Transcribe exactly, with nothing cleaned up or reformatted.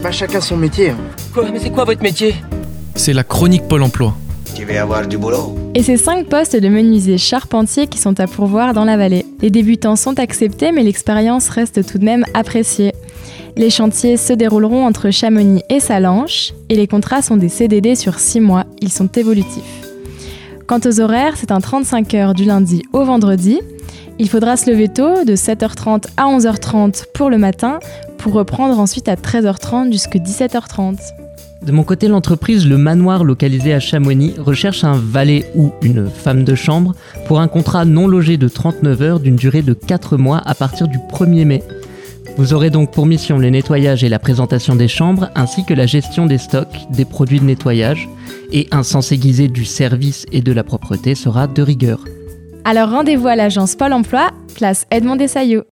pas chacun son métier. Hein. Quoi ? Mais c'est quoi votre métier ? C'est la chronique Pôle emploi. Tu veux avoir du boulot ? Et c'est cinq postes de menuisier charpentier qui sont à pourvoir dans la vallée. Les débutants sont acceptés, mais l'expérience reste tout de même appréciée. Les chantiers se dérouleront entre Chamonix et Sallanches, et les contrats sont des C D D sur six mois, ils sont évolutifs. Quant aux horaires, c'est un trente-cinq heures du lundi au vendredi. Il faudra se lever tôt, de sept heures trente à onze heures trente pour le matin, pour reprendre ensuite à treize heures trente jusqu'à dix-sept heures trente. De mon côté, l'entreprise Le Manoir, localisée à Chamonix, recherche un valet ou une femme de chambre pour un contrat non logé de trente-neuf heures d'une durée de quatre mois à partir du premier mai. Vous aurez donc pour mission le nettoyage et la présentation des chambres, ainsi que la gestion des stocks, des produits de nettoyage, et un sens aiguisé du service et de la propreté sera de rigueur. Alors rendez-vous à l'agence Pôle emploi, place Edmond Dessaillot.